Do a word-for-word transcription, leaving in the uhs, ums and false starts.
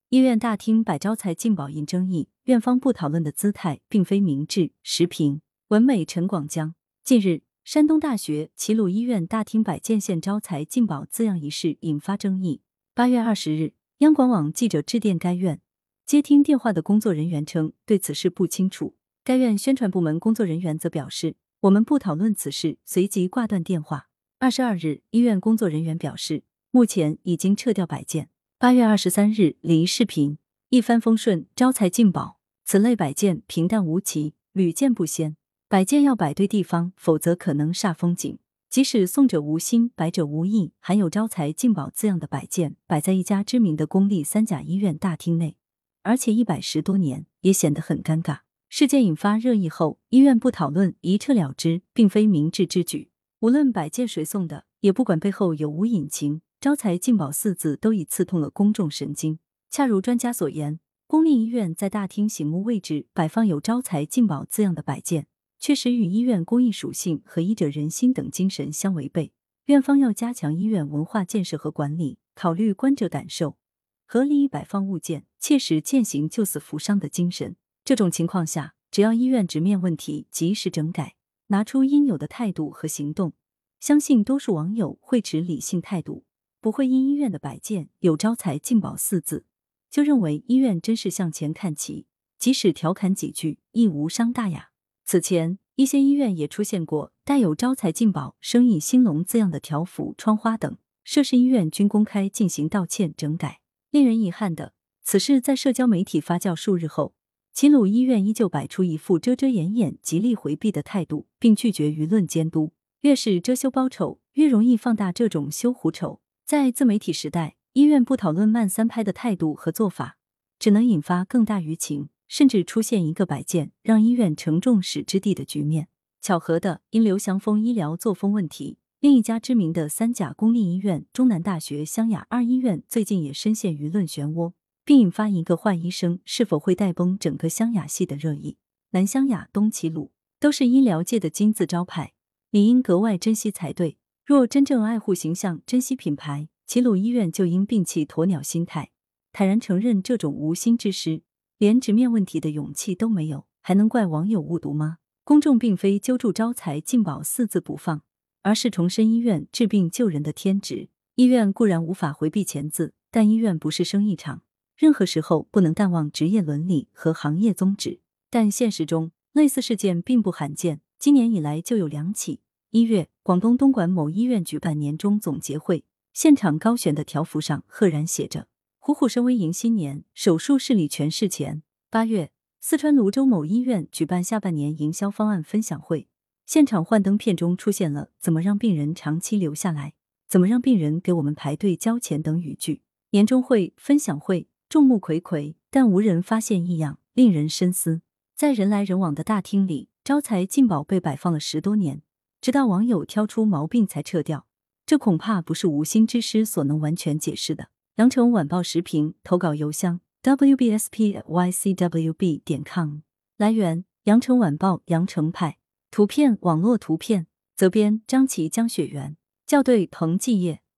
医院大厅摆招财进宝引争议，院方不讨论的姿态并非明智。时评文美陈广江。近日，山东大学齐鲁医院大厅摆建县招财进宝字样一事引发争议。八月二十日，央广网记者致电该院，接听电话的工作人员称对此事不清楚。该院宣传部门工作人员则表示，我们不讨论此事，随即挂断电话。二十二日，医院工作人员表示，目前已经撤掉摆件。八月二十三日，李视频，一帆风顺，招财进宝。此类摆件平淡无奇，屡见不鲜。摆件要摆对地方，否则可能煞风景。即使送者无心，摆者无意，含有招财进宝字样的摆件摆在一家知名的公立三甲医院大厅内，而且一摆十多年，也显得很尴尬。事件引发热议后，医院不讨论，一撤了之，并非明智之举。无论摆件谁送的，也不管背后有无隐情，招财进宝四字都已刺痛了公众神经。恰如专家所言，公立医院在大厅醒目位置摆放有招财进宝字样的摆件，确实与医院公益属性和医者仁心等精神相违背。院方要加强医院文化建设和管理，考虑观者感受，合理摆放物件，切实践行救死扶伤的精神。这种情况下，只要医院直面问题，及时整改，拿出应有的态度和行动，相信多数网友会持理性态度，不会因医院的摆件有招财进宝四字，就认为医院真是向前看齐，即使调侃几句，亦无伤大雅。此前，一些医院也出现过带有招财进宝、生意兴隆字样的条幅、窗花等，涉事医院均公开进行道歉整改。令人遗憾的，此事在社交媒体发酵数日后，齐鲁医院依旧摆出一副遮遮掩掩、极力回避的态度，并拒绝舆论监督。越是遮羞包丑，越容易放大这种羞狐丑。在自媒体时代，医院不讨论慢三拍的态度和做法，只能引发更大舆情，甚至出现一个摆件让医院成众矢之的的局面。巧合的，因刘祥峰医疗作风问题，另一家知名的三甲公立医院中南大学湘雅二医院最近也深陷舆论漩涡，并引发一个换医生是否会带崩整个湘雅系的热议。南湘雅、东齐鲁都是医疗界的金字招牌，理应格外珍惜才对。若真正爱护形象、珍惜品牌，齐鲁医院就应摒弃鸵鸟心态，坦然承认这种无心之失，连直面问题的勇气都没有，还能怪网友误读吗？公众并非揪住招财进宝四字不放，而是重申医院治病救人的天职。医院固然无法回避钱字，但医院不是生意场，任何时候不能淡忘职业伦理和行业宗旨。但现实中，类似事件并不罕见，今年以来就有两起。一月，广东东莞某医院举办年终总结会，现场高悬的条幅上赫然写着“虎虎生威迎新年，手术视力全是钱”。八月，四川泸州某医院举办下半年营销方案分享会，现场幻灯片中出现了怎么让病人长期留下来，怎么让病人给我们排队交钱等语句。年终会、分享会众目睽睽，但无人发现异样，令人深思。在人来人往的大厅里，招财进宝被摆放了十多年，直到网友挑出毛病才撤掉，这恐怕不是无心之失所能完全解释的。羊城晚报时评投稿邮箱 w b s p at y c w b 点 com。 来源：羊城晚报羊城派，图片网络图片，责编张琪江雪源，校对彭继业。